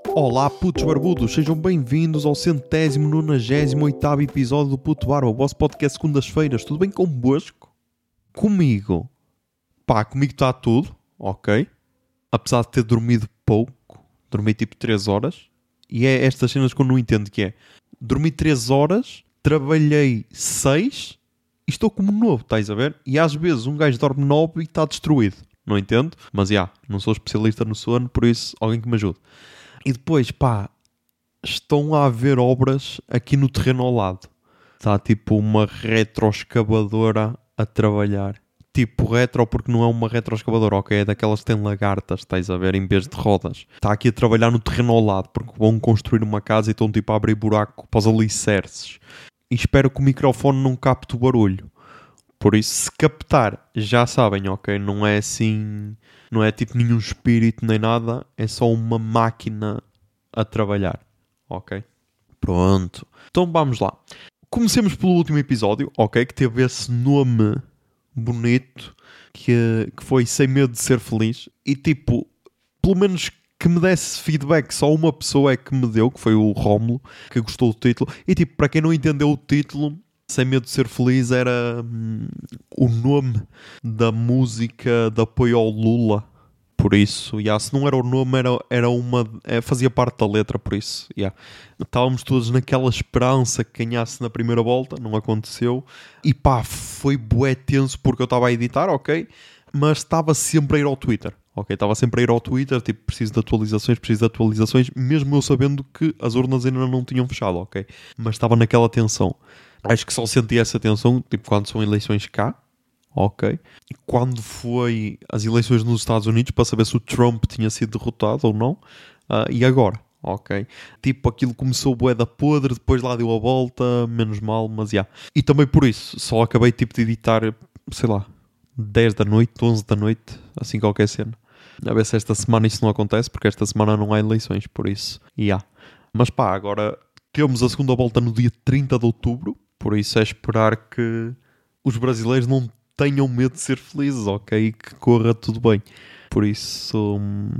Olá putos barbudos, sejam bem-vindos ao 198º episódio do Puto Barba, o vosso podcast segundas-feiras. Tudo bem convosco? Comigo? Comigo está tudo, ok? Apesar de ter dormido pouco, dormi tipo 3 horas. E é estas cenas que eu não entendo, que é: dormi 3 horas, trabalhei 6 e estou como novo, estás a ver? E às vezes um gajo dorme 9 e está destruído. Não entendo, mas não sou especialista no sono, por isso alguém que me ajude. E depois, estão a haver obras aqui no terreno ao lado. Está tipo uma retroescavadora a trabalhar. Tipo retro, porque não é uma retroescavadora, ok? É daquelas que têm lagartas, estás a ver, em vez de rodas. Está aqui a trabalhar no terreno ao lado, porque vão construir uma casa e estão tipo a abrir buraco para os alicerces. E espero que o microfone não capte o barulho. Por isso, se captar, já sabem, ok? Não é assim... Não é tipo nenhum espírito nem nada. É só uma máquina a trabalhar, ok? Pronto. Então vamos lá. Comecemos pelo último episódio, ok? Que teve esse nome bonito, que foi Sem Medo de Ser Feliz. E tipo, pelo menos que me desse feedback, só uma pessoa é que me deu, que foi o Rómulo, que gostou do título. E tipo, para quem não entendeu o título... Sem Medo de Ser Feliz era o nome da música de apoio ao Lula. Por isso, se não era o nome, fazia parte da letra, por isso. Estávamos todos naquela esperança que ganhasse na primeira volta, não aconteceu. E foi bué tenso porque eu estava a editar, ok? Mas estava sempre a ir ao Twitter, ok? Estava sempre a ir ao Twitter, tipo, preciso de atualizações, mesmo eu sabendo que as urnas ainda não tinham fechado, ok? Mas estava naquela tensão. Acho que só senti essa tensão, tipo, quando são eleições cá, ok? E quando foi as eleições nos Estados Unidos, para saber se o Trump tinha sido derrotado ou não. E agora, ok? Tipo, aquilo começou bué da podre, depois lá deu a volta, menos mal, mas E também por isso, só acabei tipo de editar, sei lá, 10 da noite, 11 da noite, assim qualquer cena. A ver se esta semana isso não acontece, porque esta semana não há eleições, por isso, Mas agora temos a segunda volta no dia 30 de outubro. Por isso é esperar que os brasileiros não tenham medo de ser felizes, ok? E que corra tudo bem. Por isso,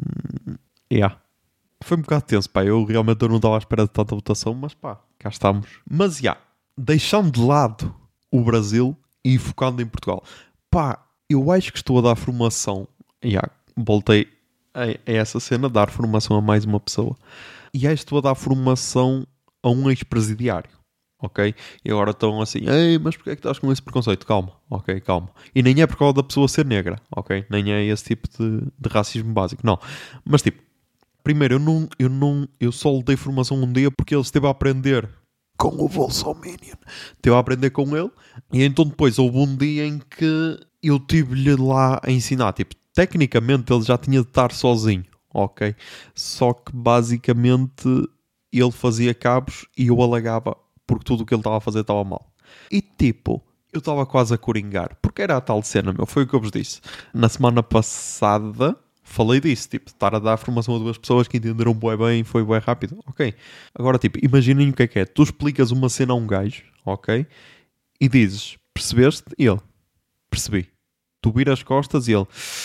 Foi um bocado tenso, Eu realmente não estava à espera de tanta votação, mas cá estamos. Mas deixando de lado o Brasil e focando em Portugal. Eu acho que estou a dar formação. Voltei a essa cena, dar formação a mais uma pessoa. E acho que estou a dar formação a um ex-presidiário. Ok? E agora estão assim, mas porquê é que estás com esse preconceito? Calma, ok, calma. E nem é por causa da pessoa ser negra, ok? Nem é esse tipo de racismo básico, não. Mas tipo, primeiro, eu só lhe dei formação um dia porque ele esteve a aprender com o Bolsominion. Esteve a aprender com ele, e então depois houve um dia em que eu tive-lhe lá a ensinar. Tipo, tecnicamente ele já tinha de estar sozinho, ok? Só que basicamente ele fazia cabos e eu alagava porque tudo o que ele estava a fazer estava mal. E tipo, eu estava quase a coringar, porque era a tal cena, foi o que eu vos disse. Na semana passada, falei disso, tipo, estar a dar formação a 2 pessoas que entenderam bué bem, foi bué rápido, ok. Agora, tipo, imaginem o que é. Tu explicas uma cena a um gajo, ok, e dizes, percebeste? E ele, percebi. Tu viras as costas e ele,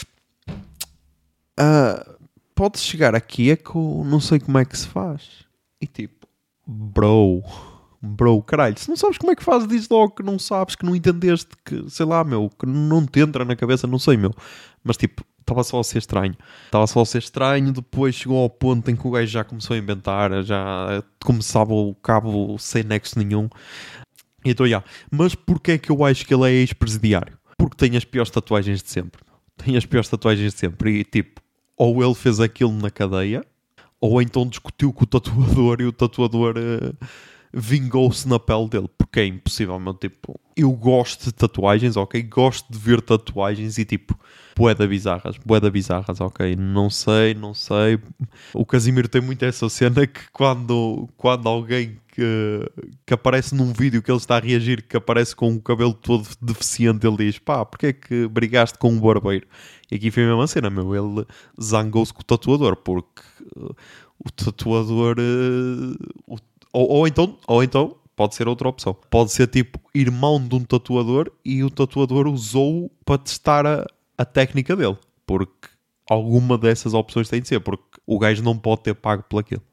podes chegar aqui, é que eu não sei como é que se faz. E tipo, bro, caralho, se não sabes como é que fazes, diz logo que não sabes, que não entendeste, que, sei lá, que não te entra na cabeça, não sei, Mas, tipo, estava só a ser estranho. Depois chegou ao ponto em que o gajo já começou a inventar, já começava o cabo sem nexo nenhum. Então, Mas porquê é que eu acho que ele é ex-presidiário? Porque tem as piores tatuagens de sempre. E, tipo, ou ele fez aquilo na cadeia, ou então discutiu com o tatuador e o tatuador... vingou-se na pele dele, porque é impossível, tipo, eu gosto de tatuagens, ok, gosto de ver tatuagens e tipo, bué da bizarras, ok, não sei, o Casimiro tem muito essa cena que quando alguém que aparece num vídeo que ele está a reagir, que aparece com o cabelo todo deficiente, ele diz, porque é que brigaste com um barbeiro? E aqui foi a mesma cena, ele zangou-se com o tatuador, porque o tatuador... Ou então, pode ser outra opção. Pode ser tipo irmão de um tatuador e o tatuador usou-o para testar a técnica dele. Porque alguma dessas opções tem de ser. Porque o gajo não pode ter pago por aquilo.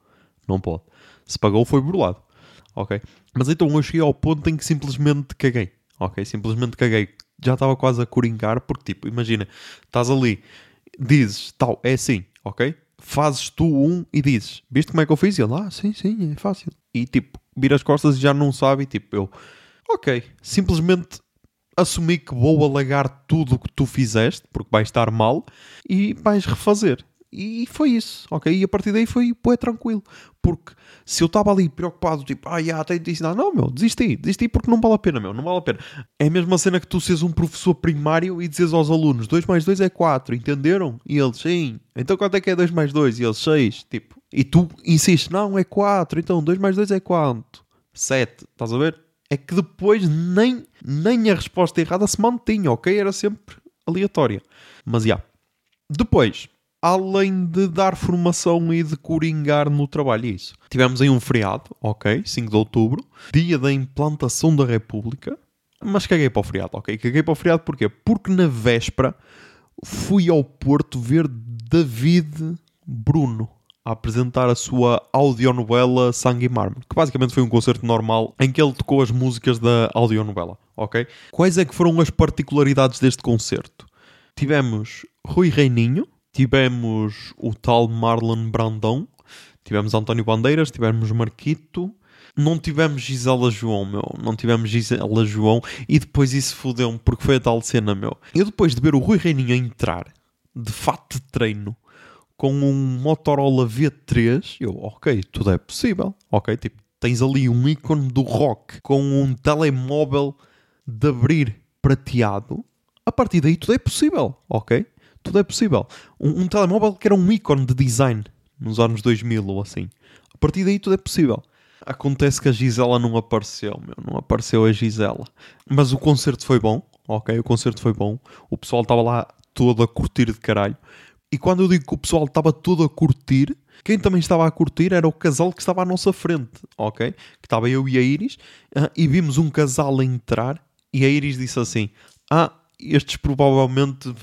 Não pode. Se pagou, foi burlado. Ok? Mas então eu cheguei ao ponto em que simplesmente caguei. Ok? Simplesmente caguei. Já estava quase a coringar, porque tipo, imagina, estás ali, dizes, tal, é assim, ok? Fazes tu e dizes, viste como é que eu fiz? E ele, sim, é fácil. E tipo, vira as costas e já não sabe, e tipo, eu, ok, simplesmente assumi que vou alagar tudo o que tu fizeste, porque vai estar mal, e vais refazer. E foi isso, ok? E a partir daí foi tranquilo. Porque se eu estava ali preocupado, tipo, tenho de ensinar. Não, meu, desisti porque não vale a pena, meu, não vale a pena. É a mesma cena que tu seres um professor primário e dizes aos alunos, 2 mais 2 é 4, entenderam? E eles, sim. Então quanto é que é 2 mais 2? E eles, 6, tipo. E tu insistes, não, é 4, então 2 mais 2 é quanto? 7, estás a ver? É que depois nem a resposta errada se mantinha, ok? Era sempre aleatória. Mas, Depois, além de dar formação e de coringar no trabalho, isso. Tivemos aí um feriado, ok? 5 de outubro. Dia da implantação da República. Mas caguei para o feriado, ok? Caguei para o feriado porquê? Porque na véspera fui ao Porto ver David Bruno a apresentar a sua audionovela Sangue e Mármore, que basicamente foi um concerto normal em que ele tocou as músicas da audionovela, ok? Quais é que foram as particularidades deste concerto? Tivemos Rui Reininho, tivemos o tal Marlon Brandão, tivemos António Bandeiras, tivemos Marquito, não tivemos Gisela João, meu. Não tivemos Gisela João e depois isso fodeu-me porque foi a tal cena, meu. Eu depois de ver o Rui Reininho entrar de fato de treino com um Motorola V3, eu, ok, tudo é possível. Ok, tipo, tens ali um ícone do rock com um telemóvel de abrir prateado. A partir daí tudo é possível, ok? Tudo é possível. Um telemóvel que era um ícone de design nos anos 2000 ou assim. A partir daí tudo é possível. Acontece que a Gisela não apareceu, meu. Não apareceu a Gisela. Mas o concerto foi bom, ok? O concerto foi bom. O pessoal estava lá todo a curtir de caralho. E quando eu digo que o pessoal estava todo a curtir, quem também estava a curtir era o casal que estava à nossa frente, ok? Que estava eu e a Iris, e vimos um casal a entrar, e a Iris disse assim, estes provavelmente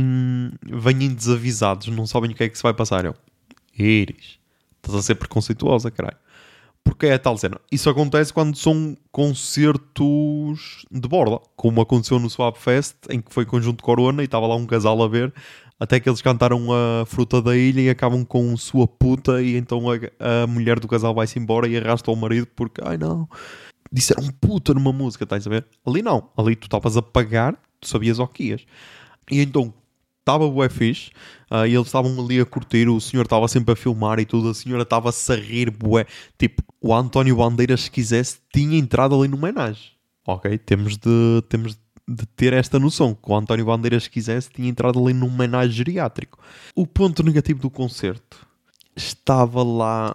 vêm desavisados, não sabem o que é que se vai passar. Eu, Iris, estás a ser preconceituosa, caralho. Porque é a tal cena. Isso acontece quando são concertos de borda, como aconteceu no Swap Fest, em que foi conjunto Corona e estava lá um casal a ver, até que eles cantaram a Fruta da Ilha e acabam com sua puta, e então a mulher do casal vai-se embora e arrasta o marido porque, não, disseram puta numa música, estás a ver? Ali não, ali tu estavas a pagar, tu sabias o que ias. E então estava bué fixe, e eles estavam ali a curtir, o senhor estava sempre a filmar e tudo, a senhora estava-se a rir bué. Tipo, o António Bandeiras, se quisesse, tinha entrado ali no homenagem. Ok? Temos de ter esta noção, que o António Bandeiras, se quisesse, tinha entrado ali num homenagem geriátrico. O ponto negativo do concerto, estava lá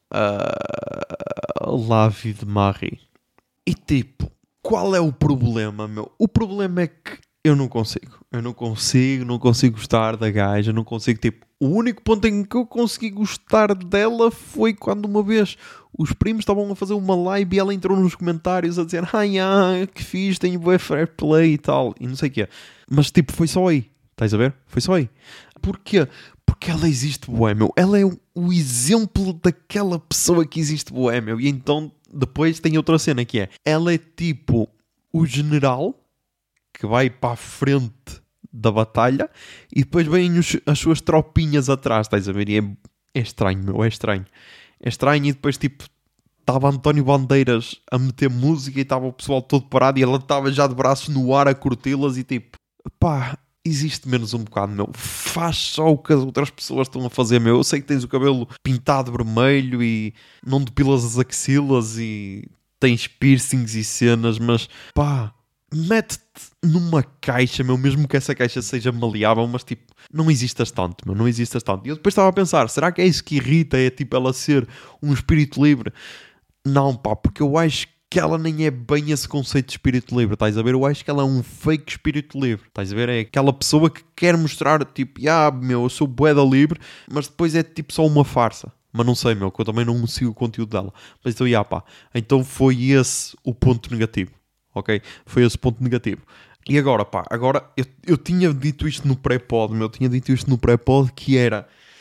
Lavi de Marie. E tipo, qual é o problema, meu? O problema é que eu não consigo gostar da gaja, não consigo, tipo, o único ponto em que eu consegui gostar dela foi quando uma vez os primos estavam a fazer uma live e ela entrou nos comentários a dizer, que fixe, tenho bué fair play e tal, e não sei o quê. Mas tipo, foi só aí, estás a ver? Foi só aí. Porquê? Porque ela existe bué, meu. Ela é o exemplo daquela pessoa que existe bué, meu. E então, depois tem outra cena que é, ela é tipo o general que vai para a frente da batalha e depois vêm as suas tropinhas atrás, estás a ver? E é estranho, meu, é estranho. É estranho e depois, tipo, estava António Bandeiras a meter música e estava o pessoal todo parado e ela estava já de braços no ar a curti-las e tipo, existe menos um bocado, meu. Faz só o que as outras pessoas estão a fazer, meu. Eu sei que tens o cabelo pintado vermelho e não depilas as axilas e tens piercings e cenas, mas mete-te numa caixa, meu, mesmo que essa caixa seja maleável, mas tipo, não existas tanto, meu, não existas tanto. E eu depois estava a pensar, será que é isso que irrita? É tipo ela ser um espírito livre? Não, porque eu acho que ela nem é bem esse conceito de espírito livre, estás a ver? Eu acho que ela é um fake espírito livre, estás a ver? É aquela pessoa que quer mostrar, tipo, meu, eu sou bué da livre, mas depois é tipo só uma farsa. Mas não sei, meu, que eu também não sigo o conteúdo dela. Mas então, então foi esse o ponto negativo. Ok? Foi esse ponto negativo. E agora, agora eu tinha dito isto no pré-pod, que era,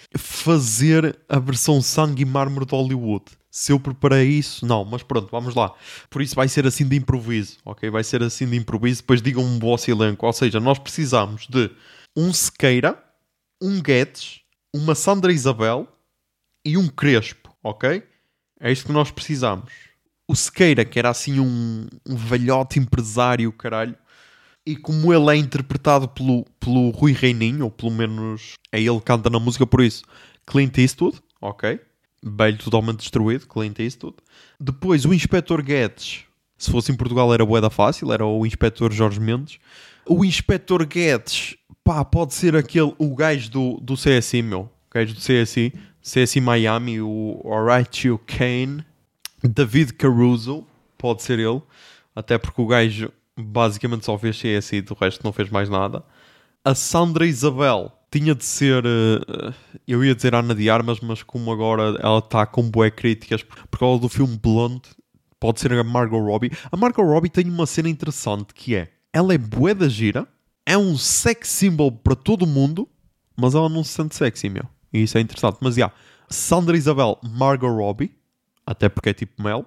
fazer a versão sangue e mármore de Hollywood. Se eu preparei isso, não, mas pronto, vamos lá. Por isso vai ser assim de improviso, ok? Vai ser assim de improviso, depois digam-me o vosso elenco. Ou seja, nós precisamos de um Sequeira, um Guedes, uma Sandra Isabel e um Crespo, ok? É isto que nós precisamos. O Sequeira, que era assim um velhote empresário, caralho, e como ele é interpretado pelo Rui Reininho, ou pelo menos é ele que canta na música, por isso, Clint Eastwood, ok? Velho totalmente destruído, Clint Eastwood. Depois o Inspetor Guedes, se fosse em Portugal era bué da fácil, era o Inspetor Jorge Mendes. O Inspetor Guedes, pá, pode ser o gajo do CSI, meu. O gajo do CSI Miami, o Horatio Kane. David Caruso, pode ser ele, até porque o gajo basicamente só fez CSI, do resto não fez mais nada. A Sandra Isabel tinha de ser, eu ia dizer Ana de Armas, mas como agora ela está com bué críticas por causa do filme Blonde, pode ser a Margot Robbie. A Margot Robbie tem uma cena interessante que é, ela é bué da gira, é um sex symbol para todo mundo, mas ela não se sente sexy, meu. E isso é interessante. Mas, Sandra Isabel, Margot Robbie, até porque é tipo mel.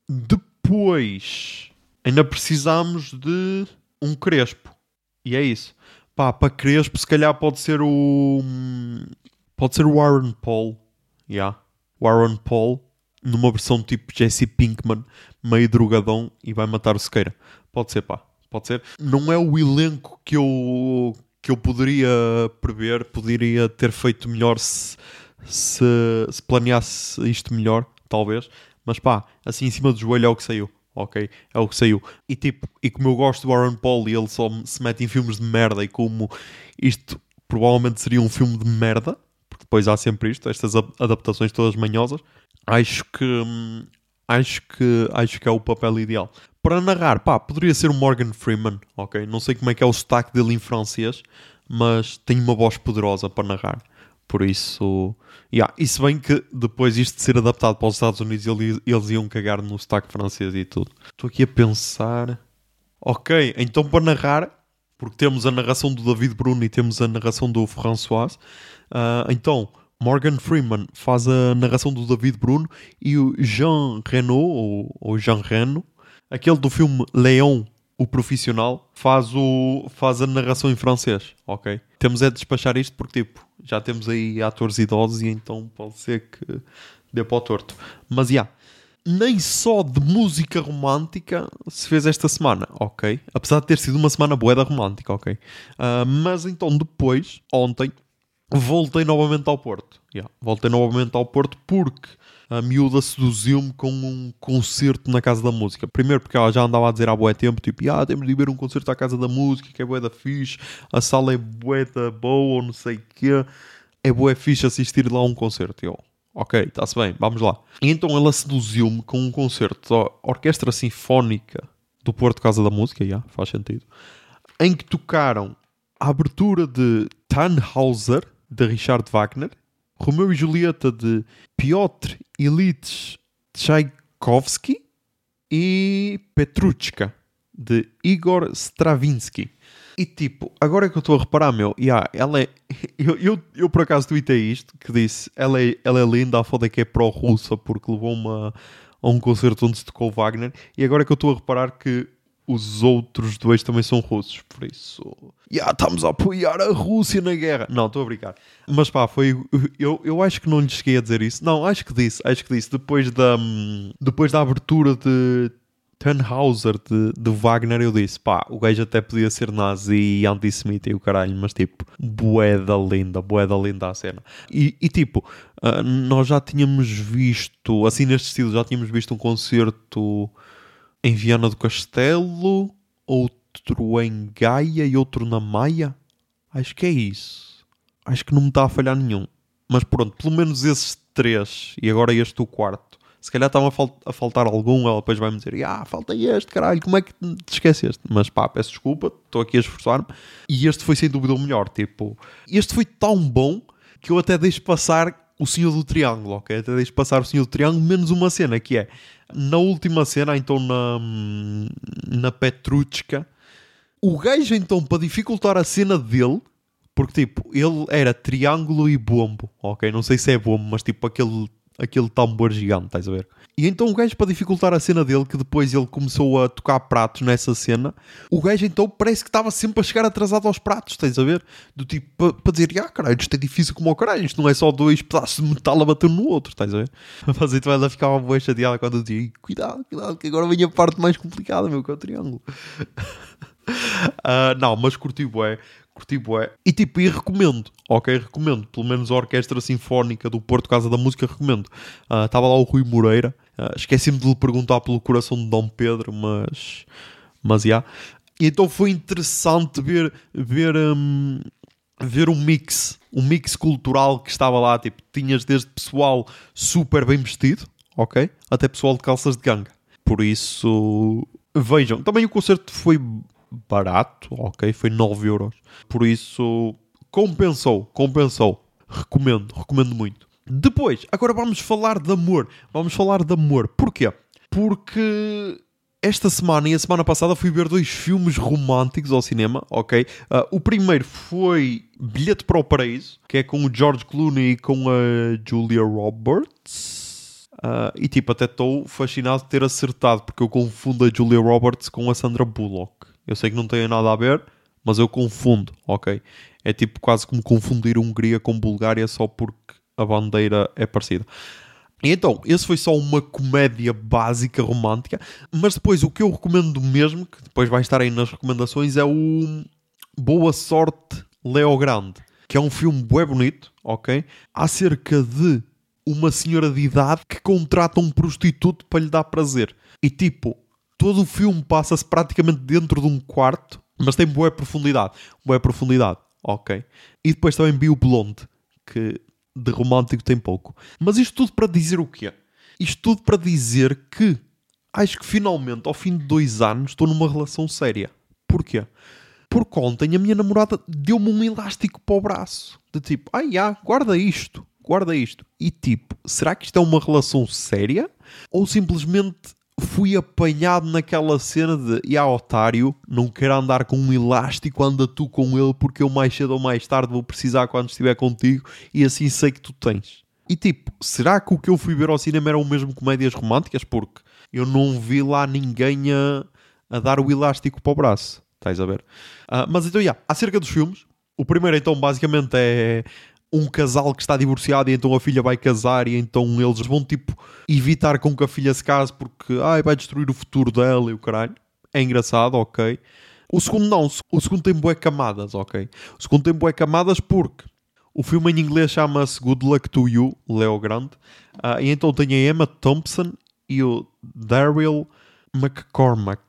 Depois, ainda precisamos de um Crespo. E é isso. Pá, para Crespo, se calhar pode ser o Aaron Paul. O Aaron Paul, numa versão tipo Jesse Pinkman, meio drogadão, e vai matar o Sequeira. Pode ser, pá. Pode ser. Não é o elenco que eu poderia prever. Poderia ter feito melhor se planeasse isto melhor. Talvez, mas pá, assim em cima do joelho é o que saiu, ok? É o que saiu. E tipo, e como eu gosto do Aaron Paul e ele só se mete em filmes de merda, e como isto provavelmente seria um filme de merda, porque depois há sempre isto, estas adaptações todas manhosas, acho que é o papel ideal. Para narrar, pá, poderia ser o Morgan Freeman, ok? Não sei como é que é o sotaque dele em francês, mas tem uma voz poderosa para narrar. Por isso, e se bem que depois isto de ser adaptado para os Estados Unidos, eles iam cagar no sotaque francês e tudo. Estou aqui a pensar. Ok, então para narrar, porque temos a narração do David Bruno e temos a narração do François, então Morgan Freeman faz a narração do David Bruno e o Jean Reno, ou Jean Reno, aquele do filme Léon, o profissional, faz a narração em francês, ok? Temos é de despachar isto porque, tipo, já temos aí atores idosos e então pode ser que dê para o torto. Mas, nem só de música romântica se fez esta semana, ok? Apesar de ter sido uma semana bué da romântica, ok? Mas então depois, ontem, voltei novamente ao Porto. Voltei novamente ao Porto porque a miúda seduziu-me com um concerto na Casa da Música. Primeiro porque ela já andava a dizer há bué tempo, tipo, temos de ir ver um concerto à Casa da Música, que é bué da fixe, a sala é bué da boa, ou não sei o quê. É bué fixe assistir lá a um concerto. Eu, ok, está-se bem, vamos lá. E então ela seduziu-me com um concerto da Orquestra Sinfónica do Porto Casa da Música, faz sentido, em que tocaram a abertura de Tannhäuser, de Richard Wagner, Romeu e Julieta, de Piotr Ilyich Tchaikovsky, e Petrushka, de Igor Stravinsky. E tipo, agora é que eu estou a reparar, meu, ela é... Eu por acaso tuitei isto, que disse, ela é linda, a foda é que é pró-russa, porque levou-me a um concerto onde se tocou Wagner, e agora é que eu estou a reparar que os outros dois também são russos, por isso... estamos a apoiar a Rússia na guerra. Não, estou a brincar. Mas pá, foi... Eu acho que não lhes cheguei a dizer isso. Não, acho que disse. Depois da abertura de Tannhäuser, de Wagner, eu disse, pá, o gajo até podia ser nazi e antissemita e o caralho, mas tipo, bué da linda a cena. E tipo, nós já tínhamos visto, assim neste estilo, já tínhamos visto um concerto em Viana do Castelo, outro em Gaia e outro na Maia. Acho que é isso. Acho que não me está a falhar nenhum. Mas pronto, pelo menos esses três, e agora este o quarto. Se calhar estava a faltar algum, ela depois vai-me dizer, falta este, caralho, como é que te esqueceste? Mas pá, peço desculpa, estou aqui a esforçar-me. E este foi sem dúvida o melhor, tipo... Este foi tão bom que eu até deixo passar o Senhor do Triângulo, ok? Até deixo passar o Senhor do Triângulo, menos uma cena, que é... Na última cena, então na Petrushka, o gajo, então, para dificultar a cena dele, Porque, tipo, ele era triângulo e bombo, ok? Não sei se é bombo, mas tipo aquele tambor gigante, estás a ver? E então o gajo, para dificultar a cena dele, que depois ele começou a tocar pratos nessa cena, o gajo então parece que estava sempre a chegar atrasado aos pratos, estás a ver? Do tipo, para dizer, caralho, isto é difícil como o caralho, isto não é só dois pedaços de metal a bater no outro, estás a ver? Mas então ela ficava boa chateada quando eu dizia, cuidado, que agora vem a parte mais complicada, meu, que é o triângulo. Não, mas curti bué. E tipo, e recomendo, ok? Recomendo. Pelo menos a Orquestra Sinfónica do Porto, Casa da Música, recomendo. Estava lá o Rui Moreira. Esqueci-me de lhe perguntar pelo coração de Dom Pedro, mas já. E então foi interessante ver um mix cultural que estava lá. Tipo, tinhas desde pessoal super bem vestido, ok? Até pessoal de calças de ganga. Por isso, vejam. Também o concerto foi barato, ok? Foi 9 euros. Por isso, compensou. Recomendo muito. Depois, agora vamos falar de amor. Porquê? Porque esta semana e a semana passada fui ver 2 filmes românticos ao cinema, ok? O primeiro foi Bilhete para o Paraíso, que é com o George Clooney e com a Julia Roberts. E tipo, até estou fascinado de ter acertado, porque eu confundo a Julia Roberts com a Sandra Bullock. Eu sei que não tem nada a ver, mas eu confundo, ok? É tipo quase como confundir Hungria com Bulgária só porque a bandeira é parecida. E então, esse foi só uma comédia básica romântica, mas depois o que eu recomendo mesmo, que depois vai estar aí nas recomendações, é o Boa Sorte, Leo Grande, que é um filme bué bonito, ok? Acerca de uma senhora de idade que contrata um prostituto para lhe dar prazer. E tipo, todo o filme passa-se praticamente dentro de um quarto, mas tem boa profundidade, ok? E depois também vi o Blonde, que de romântico tem pouco. Mas isto tudo para dizer o quê? Isto tudo para dizer que acho que finalmente, ao fim de 2 anos, estou numa relação séria. Porquê? Porque ontem a minha namorada deu-me um elástico para o braço. De tipo, guarda isto. E tipo, será que isto é uma relação séria? Ou simplesmente fui apanhado naquela cena de otário, não quero andar com um elástico, anda tu com ele, porque eu mais cedo ou mais tarde vou precisar quando estiver contigo e assim sei que tu tens. E tipo, será que o que eu fui ver ao cinema eram mesmo comédias românticas? Porque eu não vi lá ninguém a dar o elástico para o braço. Estás a ver? Mas então, acerca dos filmes, o primeiro então basicamente é um casal que está divorciado e então a filha vai casar e então eles vão tipo evitar com que a filha se case porque vai destruir o futuro dela e o caralho. É engraçado, ok. O segundo não, o segundo tem bué camadas, ok. O segundo tem bué camadas porque o filme em inglês chama-se Good Luck to You, Leo Grande, e então tem a Emma Thompson e o Daryl McCormack.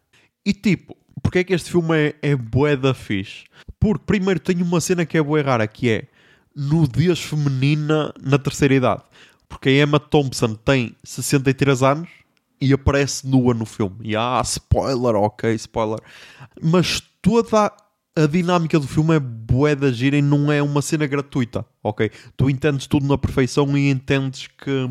E tipo, porque é que este filme é bué da fixe? Porque primeiro tem uma cena que é bué rara, que é nudez feminina na terceira idade. Porque a Emma Thompson tem 63 anos e aparece nua no filme. E spoiler, ok, spoiler. Mas toda a dinâmica do filme é bué da gira e não é uma cena gratuita, ok? Tu entendes tudo na perfeição e entendes que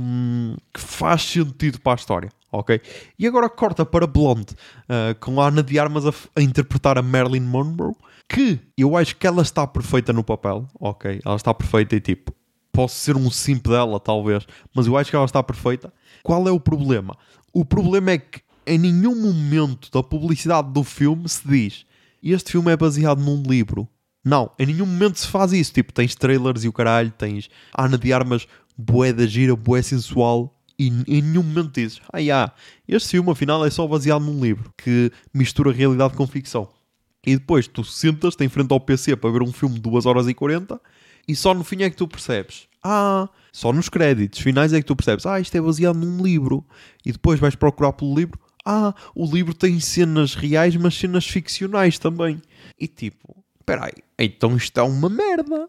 faz sentido para a história, ok? E agora corta para Blonde, com a Ana de Armas a interpretar a Marilyn Monroe, que eu acho que ela está perfeita no papel, ok? Ela está perfeita e tipo, posso ser um simp dela talvez, mas eu acho que ela está perfeita. Qual é o problema? O problema é que em nenhum momento da publicidade do filme se diz este filme é baseado num livro. Não, em nenhum momento se faz isso. Tipo, tens trailers e o caralho, tens Ana de Armas bué da gira, bué sensual e em nenhum momento dizes este filme afinal é só baseado num livro que mistura realidade com ficção. E depois tu sentas-te em frente ao PC para ver um filme de 2 horas e 40 e só no fim é que tu percebes. Só nos créditos finais é que tu percebes. Isto é baseado num livro. E depois vais procurar pelo livro. O livro tem cenas reais, mas cenas ficcionais também. E tipo, espera aí, então isto é uma merda.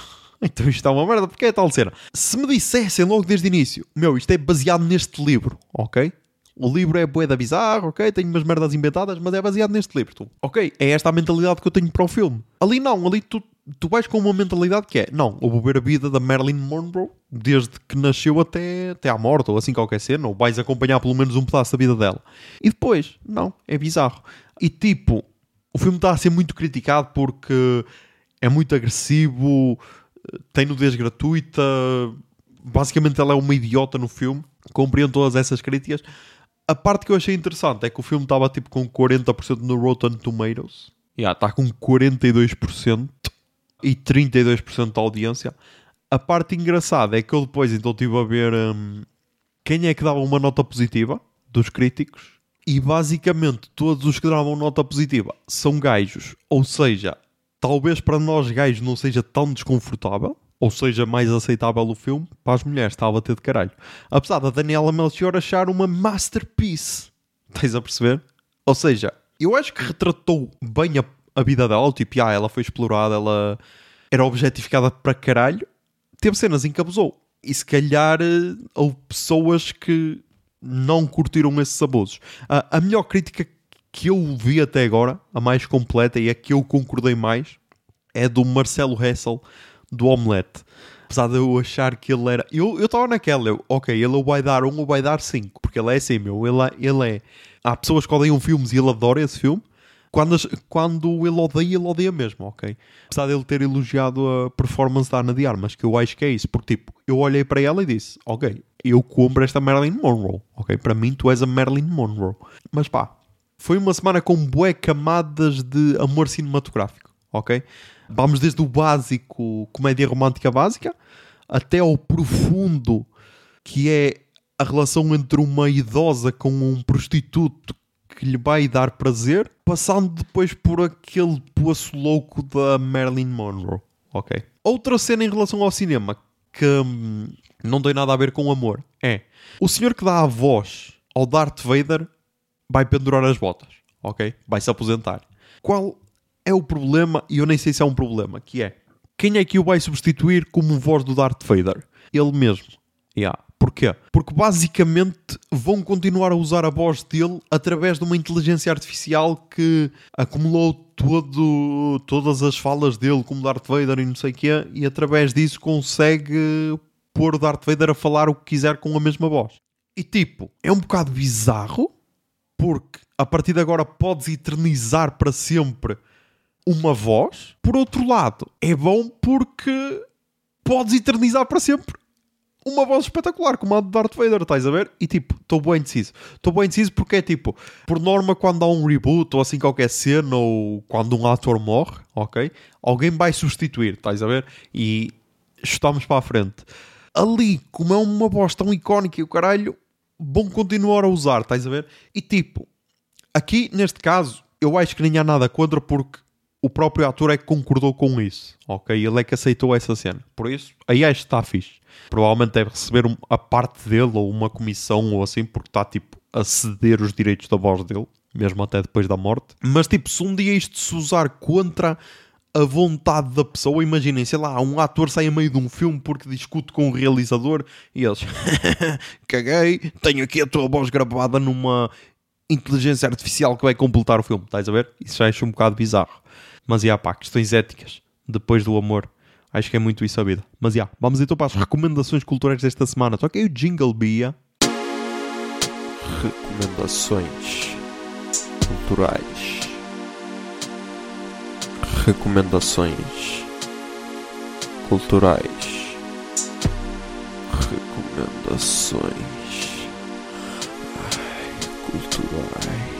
Porque é tal cena. Se me dissessem logo desde o início, isto é baseado neste livro, ok? O livro é bué da bizarro, ok? Tem umas merdas inventadas, mas é baseado neste livro. Ok, é esta a mentalidade que eu tenho para o filme. Ali não, ali tu vais com uma mentalidade que é, não, eu vou ver a vida da Marilyn Monroe desde que nasceu até à morte, ou assim qualquer cena, ou vais acompanhar pelo menos um pedaço da vida dela. E depois, não, é bizarro. E tipo, o filme está a ser muito criticado porque é muito agressivo, tem nudez gratuita, basicamente ela é uma idiota no filme. Compreendo todas essas críticas. A parte que eu achei interessante é que o filme estava tipo com 40% no Rotten Tomatoes. Está com 42% e 32% da audiência. A parte engraçada é que eu depois então estive a ver quem é que dava uma nota positiva dos críticos. E basicamente todos os que davam nota positiva são gajos. Ou seja, talvez para nós gajos não seja tão desconfortável, ou seja, mais aceitável o filme. Para as mulheres estava a ter de caralho. Apesar da Daniela Melchior achar uma masterpiece. Estás a perceber? Ou seja, eu acho que retratou bem a vida dela. Tipo, ela foi explorada, ela era objetificada para caralho. Teve cenas em que abusou. E se calhar houve pessoas que não curtiram esses abusos. A melhor crítica que eu vi até agora, a mais completa e a que eu concordei mais, é do Marcelo Hessel, do Omelete. Apesar de eu achar que ele era... Eu estava naquela, ok, ele vai dar 1 ou vai dar 5, porque ele é assim, meu. Ele é... Há pessoas que odeiam filmes e ele adora esse filme. Quando ele odeia mesmo, ok? Apesar de ele ter elogiado a performance da Ana de Armas, que eu acho que é isso. Porque, tipo, eu olhei para ela e disse, ok, eu compro esta Marilyn Monroe, ok? Para mim, tu és a Marilyn Monroe. Mas pá, foi uma semana com bué camadas de amor cinematográfico, ok? Vamos desde o básico, comédia romântica básica, até ao profundo, que é a relação entre uma idosa com um prostituto que lhe vai dar prazer, passando depois por aquele poço louco da Marilyn Monroe, ok? Outra cena em relação ao cinema que não tem nada a ver com amor é o senhor que dá a voz ao Darth Vader vai pendurar as botas, ok? Vai se aposentar. Qual é o problema? E eu nem sei se é um problema, que é quem é que o vai substituir como voz do Darth Vader? Ele mesmo. Porquê? Porque basicamente vão continuar a usar a voz dele através de uma inteligência artificial que acumulou todas as falas dele como Darth Vader e não sei o quê, e através disso consegue pôr o Darth Vader a falar o que quiser com a mesma voz. E tipo, é um bocado bizarro, porque a partir de agora podes eternizar para sempre uma voz. Por outro lado, é bom porque podes eternizar para sempre uma voz espetacular como a de Darth Vader, estás a ver? E tipo, estou bem indeciso. Estou bem indeciso porque é tipo, por norma quando há um reboot ou assim qualquer cena ou quando um ator morre, ok? Alguém vai substituir, estás a ver? E chutamos para a frente. Ali, como é uma voz tão icónica e o caralho, vão continuar a usar, estás a ver? E tipo, aqui neste caso, eu acho que nem há nada contra porque o próprio ator é que concordou com isso, ok? Ele é que aceitou essa cena. Por isso, aí acho que está fixe. Provavelmente deve receber a parte dele ou uma comissão ou assim, porque está tipo a ceder os direitos da voz dele, mesmo até depois da morte. Mas tipo, se um dia isto se usar contra a vontade da pessoa, imaginem, sei lá, um ator sai a meio de um filme porque discute com o realizador e eles caguei, tenho aqui a tua voz gravada numa inteligência artificial que vai completar o filme, estás a ver? Isso já acho um bocado bizarro. Mas questões éticas, depois do amor. Acho que é muito isso a vida. Mas vamos então para as recomendações culturais desta semana. Toca aí o Jingle Bia. Recomendações culturais. Recomendações culturais. Recomendações culturais.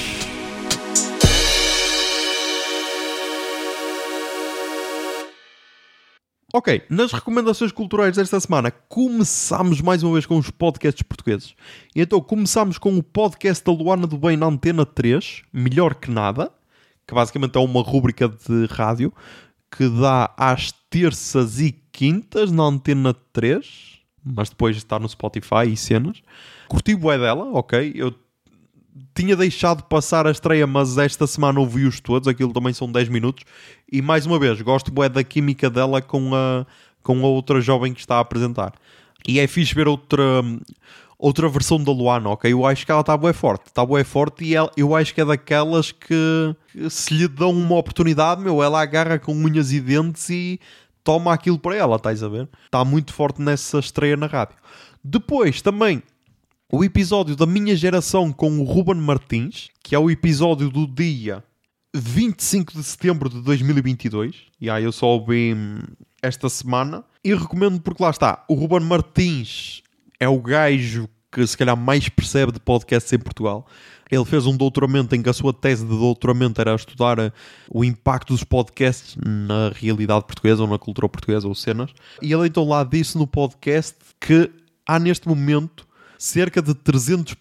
Ok, nas recomendações culturais desta semana começamos mais uma vez com os podcasts portugueses. E então começamos com o podcast da Luana do Bem na Antena 3, Melhor que Nada, que basicamente é uma rúbrica de rádio que dá às terças e quintas na Antena 3, mas depois está no Spotify e cenas. Curti bué dela, ok, eu tinha deixado passar a estreia, mas esta semana ouvi-os todos, aquilo também são 10 minutos, e mais uma vez, gosto bué da química dela com a outra jovem que está a apresentar. E é fixe ver outra versão da Luana, ok? Eu acho que ela está bué forte e eu acho que é daquelas que se lhe dão uma oportunidade, ela agarra com unhas e dentes e toma aquilo para ela, estás a ver? Está muito forte nessa estreia na rádio. Depois, também, o episódio da minha geração com o Ruben Martins, que é o episódio do dia 25 de setembro de 2022. E aí eu só ouvi esta semana. E recomendo porque lá está. O Ruben Martins é o gajo que se calhar mais percebe de podcasts em Portugal. Ele fez um doutoramento em que a sua tese de doutoramento era estudar o impacto dos podcasts na realidade portuguesa ou na cultura portuguesa ou cenas. E ele então lá disse no podcast que há neste momento cerca de 300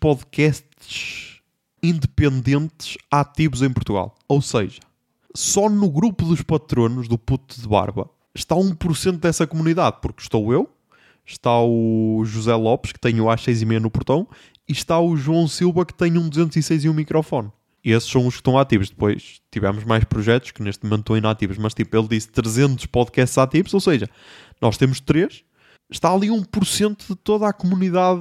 podcasts independentes ativos em Portugal. Ou seja, só no grupo dos patronos do Puto de Barba está 1% dessa comunidade, porque estou eu, está o José Lopes, que tem o A6,5 no portão, e está o João Silva, que tem um 206 e um microfone. E esses são os que estão ativos. Depois tivemos mais projetos que neste momento estão inativos, mas tipo, ele disse 300 podcasts ativos, ou seja, nós temos 3, está ali 1% de toda a comunidade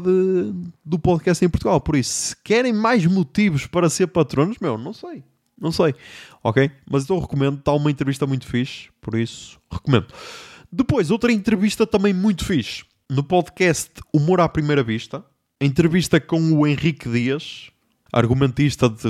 do podcast em Portugal. Por isso, se querem mais motivos para ser patronos, não sei, ok? Mas então recomendo, está uma entrevista muito fixe, por isso recomendo. Depois, outra entrevista também muito fixe, no podcast Humor à Primeira Vista, a entrevista com o Henrique Dias, argumentista de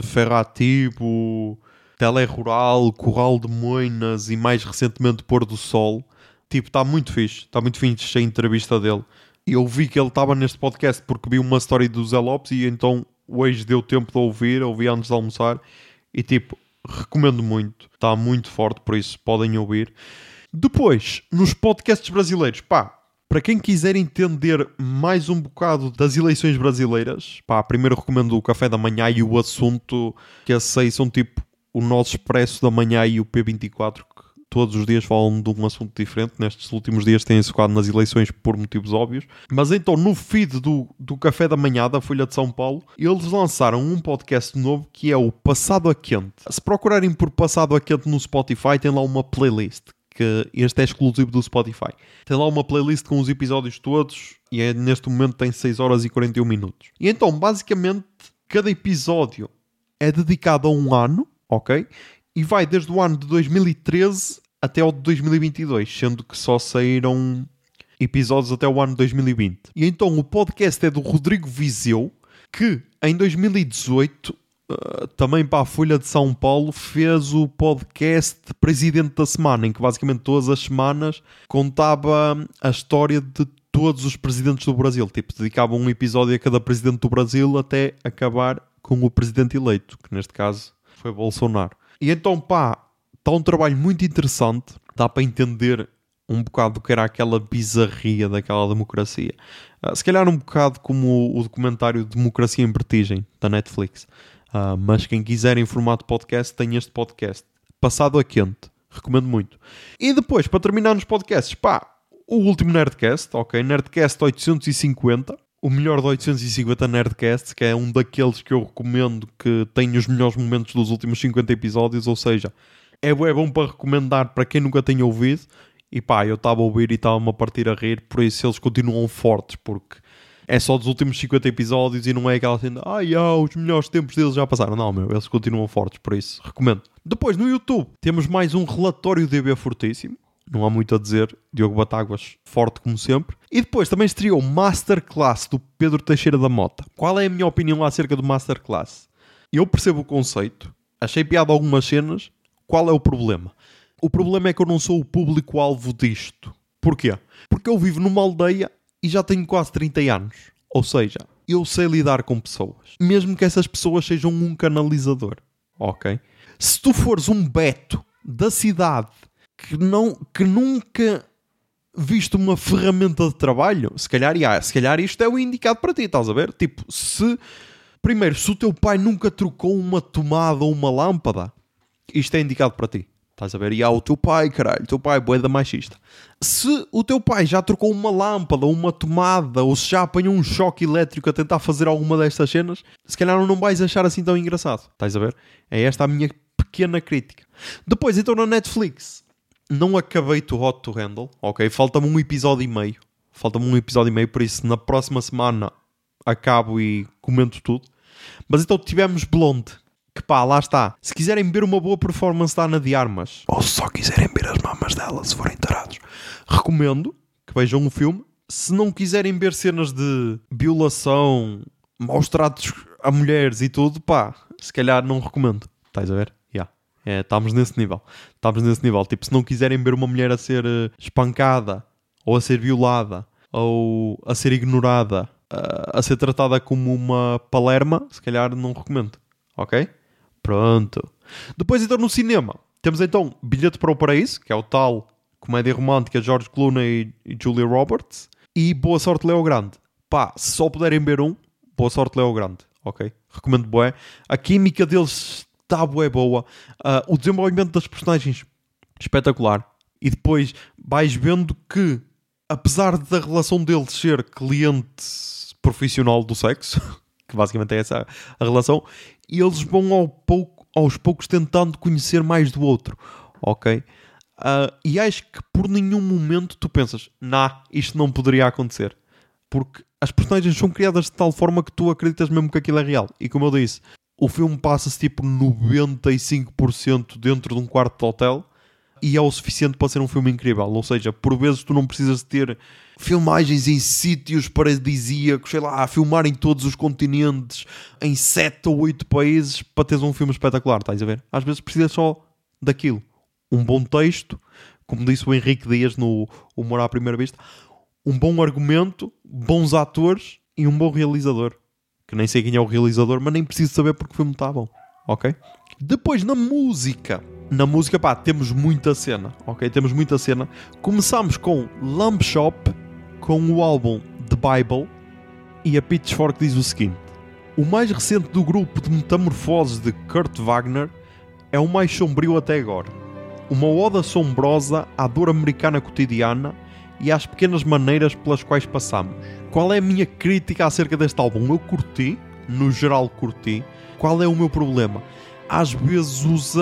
Ferrativo, Telerural, Corral de Moinas e mais recentemente Pôr do Sol. Tipo, está muito fixe a entrevista dele. E eu vi que ele estava neste podcast porque vi uma story do Zé Lopes e então hoje deu tempo de ouvi antes de almoçar e tipo, recomendo muito, está muito forte, por isso podem ouvir. Depois, nos podcasts brasileiros, para quem quiser entender mais um bocado das eleições brasileiras, primeiro recomendo o Café da Manhã e o Assunto, que esses aí são tipo o Nosso Expresso da Manhã e o P24, que todos os dias falam de um assunto diferente. Nestes últimos dias têm-se focado nas eleições por motivos óbvios. Mas então, no feed do Café da Manhã, da Folha de São Paulo, eles lançaram um podcast novo que é o Passado a Quente. Se procurarem por Passado a Quente no Spotify, tem lá uma playlist, que este é exclusivo do Spotify. Tem lá uma playlist com os episódios todos e neste momento tem 6 horas e 41 minutos. E então, basicamente, cada episódio é dedicado a um ano, ok? E vai desde o ano de 2013 até ao de 2022, sendo que só saíram episódios até o ano de 2020. E então o podcast é do Rodrigo Vizeu, que em 2018... também para a Folha de São Paulo fez o podcast Presidente da Semana, em que basicamente todas as semanas contava a história de todos os presidentes do Brasil. Tipo, dedicava um episódio a cada presidente do Brasil até acabar com o presidente eleito, que neste caso foi Bolsonaro. E então, está um trabalho muito interessante, dá para entender um bocado do que era aquela bizarria daquela democracia. Se calhar um bocado como o documentário Democracia em Vertigem, da Netflix. Mas quem quiser em formato podcast tem este podcast Passado a Quente, recomendo muito. E depois, para terminar nos podcasts, o último Nerdcast, ok, Nerdcast 850, o melhor de 850 Nerdcasts, que é um daqueles que eu recomendo, que tem os melhores momentos dos últimos 50 episódios, ou seja, é bom para recomendar para quem nunca tenha ouvido. E eu estava a ouvir e estava-me a partir a rir, por isso eles continuam fortes, porque é só dos últimos 50 episódios e não é aquela cena, os melhores tempos deles já passaram. Não, eles continuam fortes, por isso recomendo. Depois, no YouTube, temos mais um relatório DB fortíssimo. Não há muito a dizer. Diogo Batáguas, forte como sempre. E depois também estreou o Masterclass do Pedro Teixeira da Mota. Qual é a minha opinião acerca do Masterclass? Eu percebo o conceito. Achei piada algumas cenas. Qual é o problema? O problema é que eu não sou o público-alvo disto. Porquê? Porque eu vivo numa aldeia e já tenho quase 30 anos. Ou seja, eu sei lidar com pessoas. Mesmo que essas pessoas sejam um canalizador. Ok? Se tu fores um beto da cidade que nunca viste uma ferramenta de trabalho, se calhar isto é o indicado para ti, estás a ver? Tipo, se o teu pai nunca trocou uma tomada ou uma lâmpada, isto é indicado para ti. Estás a ver? E o teu pai, o teu pai é bué da machista. Se o teu pai já trocou uma lâmpada, uma tomada, ou se já apanhou um choque elétrico a tentar fazer alguma destas cenas, se calhar não vais achar assim tão engraçado. Estás a ver? É esta a minha pequena crítica. Depois, então, na Netflix, não acabei to Hot to Handle, ok? Falta-me um episódio e meio, por isso na próxima semana acabo e comento tudo. Mas então tivemos Blonde, que lá está. Se quiserem ver uma boa performance da Ana de Armas, ou se só quiserem ver as mamas dela, se forem tarados, recomendo que vejam o filme. Se não quiserem ver cenas de violação, maus tratos a mulheres e tudo, se calhar não recomendo. Estás a ver? Estamos nesse nível. Tipo, se não quiserem ver uma mulher a ser espancada, ou a ser violada, ou a ser ignorada, a ser tratada como uma palerma, se calhar não recomendo. Ok? Pronto. Depois então no cinema. Temos então Bilhete para o Paraíso, que é o tal comédia romântica George Clooney e Julia Roberts. E Boa Sorte Leo Grande. Pá, se só puderem ver um, Boa Sorte Leo Grande. Ok? Recomendo bué. A química deles está bué boa. O desenvolvimento das personagens, espetacular. E depois vais vendo que, apesar da relação deles ser cliente profissional do sexo, que basicamente é essa a relação, eles vão aos poucos tentando conhecer mais do outro. Ok? E acho que por nenhum momento tu pensas, isto não poderia acontecer. Porque as personagens são criadas de tal forma que tu acreditas mesmo que aquilo é real. E como eu disse, o filme passa-se tipo 95% dentro de um quarto de hotel e é o suficiente para ser um filme incrível. Ou seja, por vezes tu não precisas ter filmagens em sítios paradisíacos, sei lá, a filmar em todos os continentes, em 7 ou 8 países para teres um filme espetacular, estás a ver? Às vezes precisas só daquilo. Um bom texto, como disse o Henrique Dias no Humor à Primeira Vista, um bom argumento, bons atores e um bom realizador. Que nem sei quem é o realizador, mas nem preciso saber porque o filme está bom. Ok? Depois, na música, pá, temos muita cena. Ok? Temos muita cena. Começamos com Lamb Shop, com o álbum The Bible, e a Pitchfork diz o seguinte: o mais recente do grupo de metamorfoses de Kurt Wagner é o mais sombrio até agora. Uma ode assombrosa à dor americana cotidiana e às pequenas maneiras pelas quais passamos. Qual é a minha crítica acerca deste álbum? Eu curti, no geral curti. Qual é o meu problema? Às vezes usa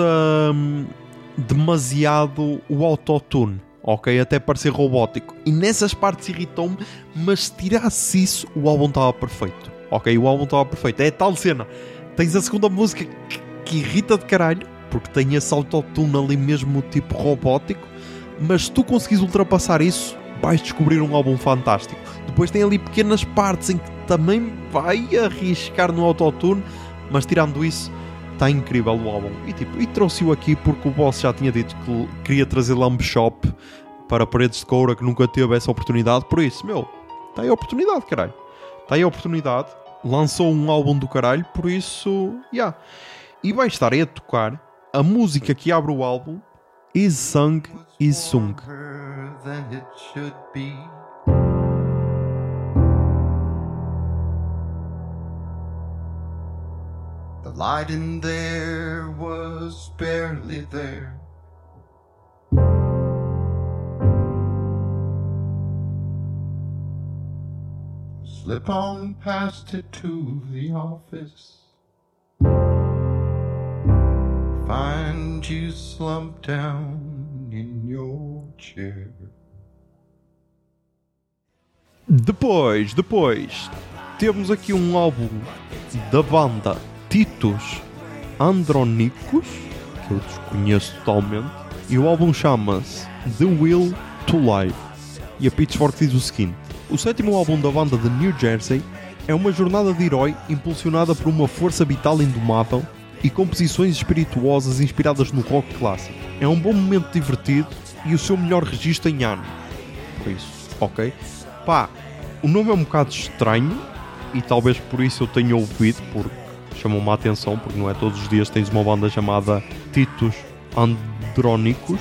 demasiado o autotune, ok? Até parecer robótico. E nessas partes irritou-me, mas se tirasse isso, o álbum estava perfeito. Ok? O álbum estava perfeito. É tal cena. Tens a segunda música que irrita de caralho, porque tem esse autotune ali mesmo tipo robótico, mas se tu conseguires ultrapassar isso, vais descobrir um álbum fantástico. Depois tem ali pequenas partes em que também vai arriscar no autotune, mas tirando isso, está incrível o álbum. E trouxe-o aqui porque o boss já tinha dito que queria trazer Lamb Shop para Paredes de Coura, que nunca teve essa oportunidade. Por isso, está aí a oportunidade, caralho. Está aí a oportunidade. Lançou um álbum do caralho, por isso, E vai estar aí a tocar a música que abre o álbum, Is Sung, Is Sung. Than it should be. The light in there was barely there. Slip on past it to the office. Find you slumped down in your chair. Depois, temos aqui um álbum da banda Titus Andronicus, que eu desconheço totalmente, e o álbum chama-se The Will to Live. E a Pitchfork diz o seguinte: o sétimo álbum da banda de New Jersey é uma jornada de herói impulsionada por uma força vital indomável e composições espirituosas inspiradas no rock clássico. É um bom momento divertido e o seu melhor registro em anos. Por isso, ok? Pá, o nome é um bocado estranho e talvez por isso eu tenha ouvido, porque chamou-me a atenção, porque não é todos os dias tens uma banda chamada Titus Andronicus.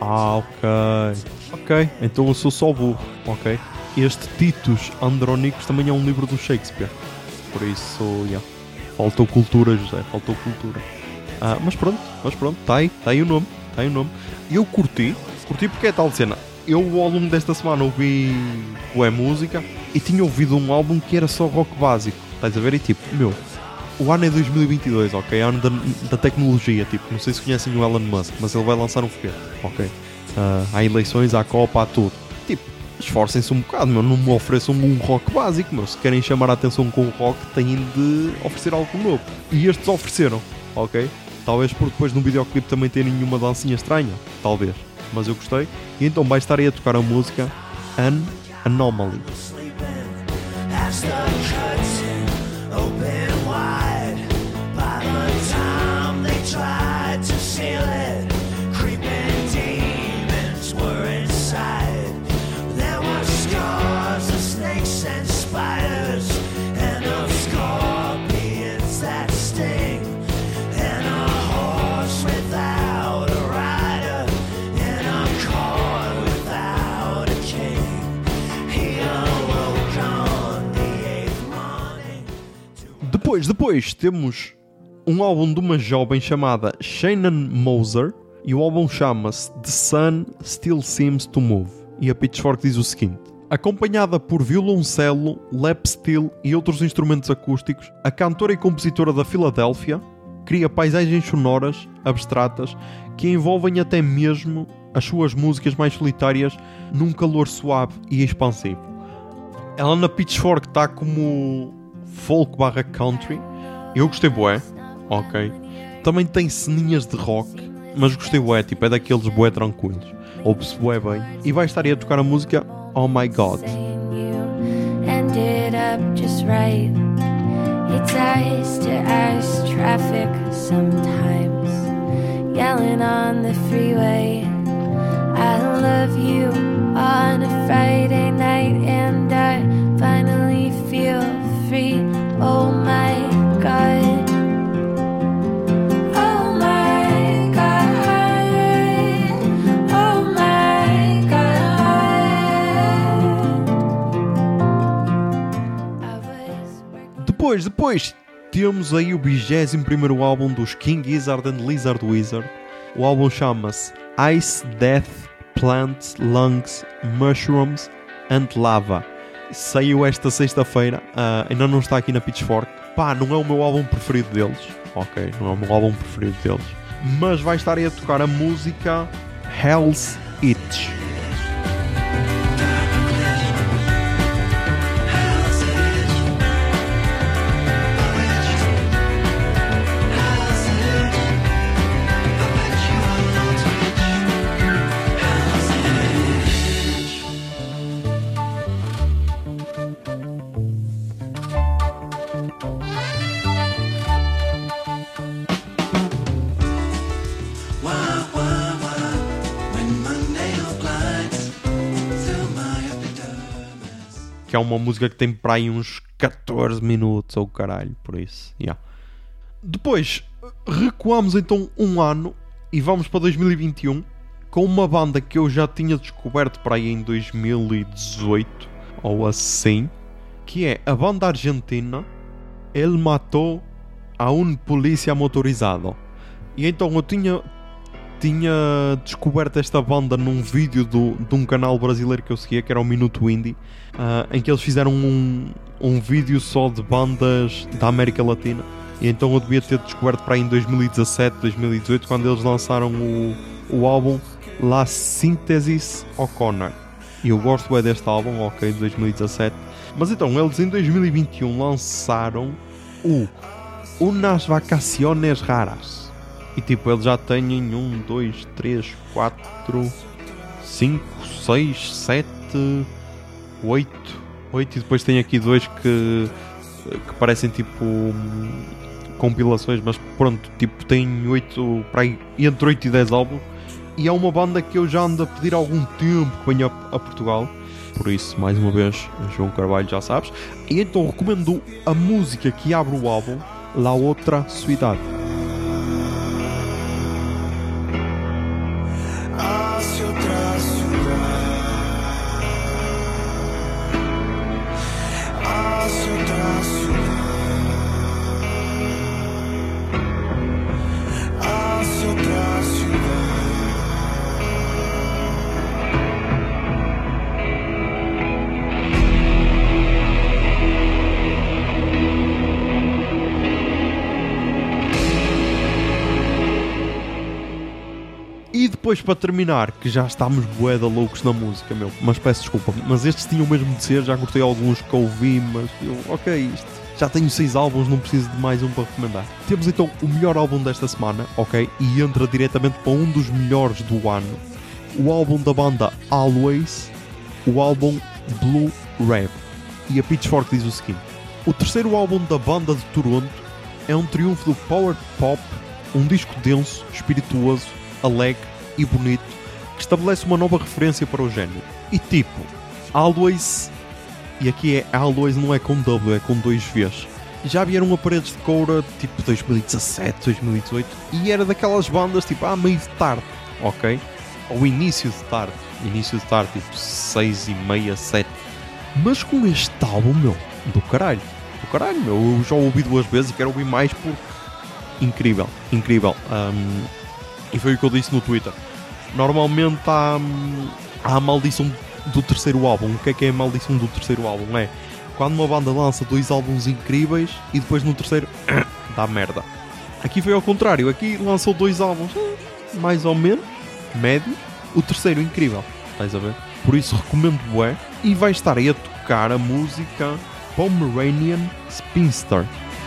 Ok, então eu sou só burro, ok? Este Titus Andronicus também é um livro do Shakespeare, por isso, faltou cultura, José, faltou cultura. Mas pronto, está aí o nome. E eu curti porque é tal cena. Eu ao longo desta semana ouvi música e tinha ouvido um álbum que era só rock básico, estás a ver? E tipo, o ano é 2022, ok? Ano da tecnologia, tipo, não sei se conhecem o Elon Musk, mas ele vai lançar um foguete, ok? Há eleições, há Copa, há tudo. Tipo, esforcem-se um bocado, não me ofereçam um rock básico, se querem chamar a atenção com o rock, têm de oferecer algo novo. E estes ofereceram, ok? Talvez por depois no videoclipe também terem uma dancinha estranha, talvez. Mas eu gostei. E então vai estar aí a tocar a música An Anomaly. Open wide by the time they tried to seal it. Depois temos um álbum de uma jovem chamada Shannon Moser e o álbum chama-se The Sun Still Seems to Move. E a Pitchfork diz o seguinte: acompanhada por violoncelo, lap steel e outros instrumentos acústicos, a cantora e compositora da Filadélfia cria paisagens sonoras, abstratas, que envolvem até mesmo as suas músicas mais solitárias num calor suave e expansivo. Ela na Pitchfork está como folk barra country. Eu gostei bué, ok. Também tem ceninhas de rock, mas gostei bué, tipo, é daqueles bué tranquilos. Ouve-se bué bem. E vai estar aí a tocar a música Oh My God. It's eyes to eyes traffic sometimes, yelling on the freeway. I love you on a Friday night and I finally feel free. Oh my God. Oh my God. Oh my God. Depois temos aí o 21º álbum dos King Gizzard and Lizard Wizard. O álbum chama-se Ice, Death, Plants, Lungs, Mushrooms and Lava. Saiu esta sexta-feira, ainda não está aqui na Pitchfork. Pá, não é o meu álbum preferido deles. Ok, não é o meu álbum preferido deles. Mas vai estar aí a tocar a música Hell's Itch. Que é uma música que tem para aí uns 14 minutos ou caralho, por isso. Yeah. Depois, recuamos então um ano e vamos para 2021 com uma banda que eu já tinha descoberto para aí em 2018 ou assim, que é a banda argentina El Mató a un Polícia Motorizado. E então eu tinha descoberto esta banda num vídeo de um canal brasileiro que eu seguia, que era o Minuto Indie, em que eles fizeram um vídeo só de bandas da América Latina. E então eu devia ter descoberto para aí em 2017, 2018, quando eles lançaram o álbum La Síntesis O'Connor. E eu gosto bem deste álbum, ok, de 2017. Mas então, eles em 2021 lançaram o Unas Vacaciones Raras. E tipo, eles já têm 1, 2, 3, 4, 5, 6, 7, 8. E depois tem aqui 2 que parecem tipo compilações, mas pronto, tipo, tem 8, para aí, entre 8 e 10 álbuns. E é uma banda que eu já ando a pedir há algum tempo que venha a Portugal. Por isso, mais uma vez, João Carvalho, já sabes. E então recomendo a música que abre o álbum, La Otra Ciudad. E depois, para terminar, que já estamos bué da loucos na música, meu, mas peço desculpa, mas estes tinham mesmo de ser, já gostei alguns que ouvi, mas eu, ok, isto, já tenho 6 álbuns, não preciso de mais um para recomendar. Temos então o melhor álbum desta semana, ok, e entra diretamente para um dos melhores do ano, o álbum da banda Always, o álbum Blue Rev. E a Pitchfork diz o seguinte: o terceiro álbum da banda de Toronto é um triunfo do Power Pop, um disco denso, espirituoso, alegre e bonito, que estabelece uma nova referência para o género. E tipo, Always, e aqui é Always, não é com W, é com 2 Vs. Já vieram a Paredes de Coura, tipo 2017, 2018, e era daquelas bandas tipo, meio de tarde, ok? Ou início de tarde, tipo 6h30, 7. Mas com este álbum, meu, do caralho. do caralho, meu. Eu já ouvi 2 vezes e quero ouvir mais por... Incrível. E foi o que eu disse no Twitter. Normalmente há a maldição do terceiro álbum. O que é a maldição do terceiro álbum? É quando uma banda lança 2 álbuns incríveis e depois no terceiro dá merda. Aqui foi ao contrário. Aqui lançou 2 álbuns mais ou menos, médio. O terceiro incrível, estás a ver? Por isso recomendo bué. E vai estar aí a tocar a música Pomeranian Spinster.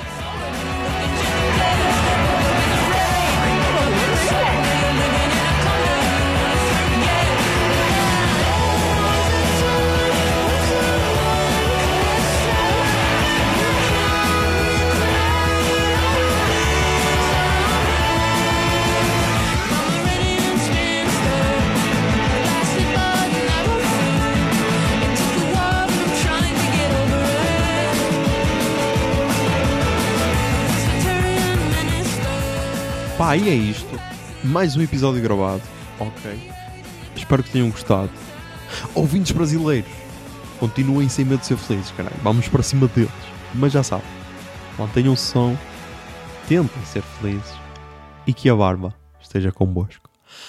Pá, e é isto. Mais um episódio gravado. Ok. Espero que tenham gostado. Ouvintes brasileiros, continuem sem medo de ser felizes, caralho. Vamos para cima deles. Mas já sabem. Mantenham o som. Tentem ser felizes. E que a barba esteja convosco.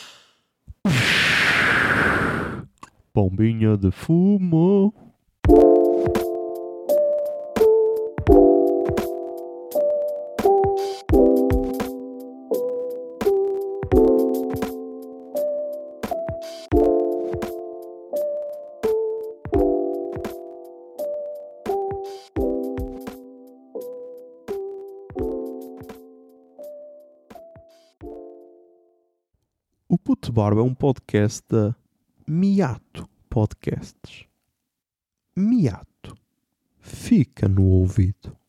Bombinha de fumo. O Puto Barba é um podcast da Miato Podcasts. Miato. Fica no ouvido.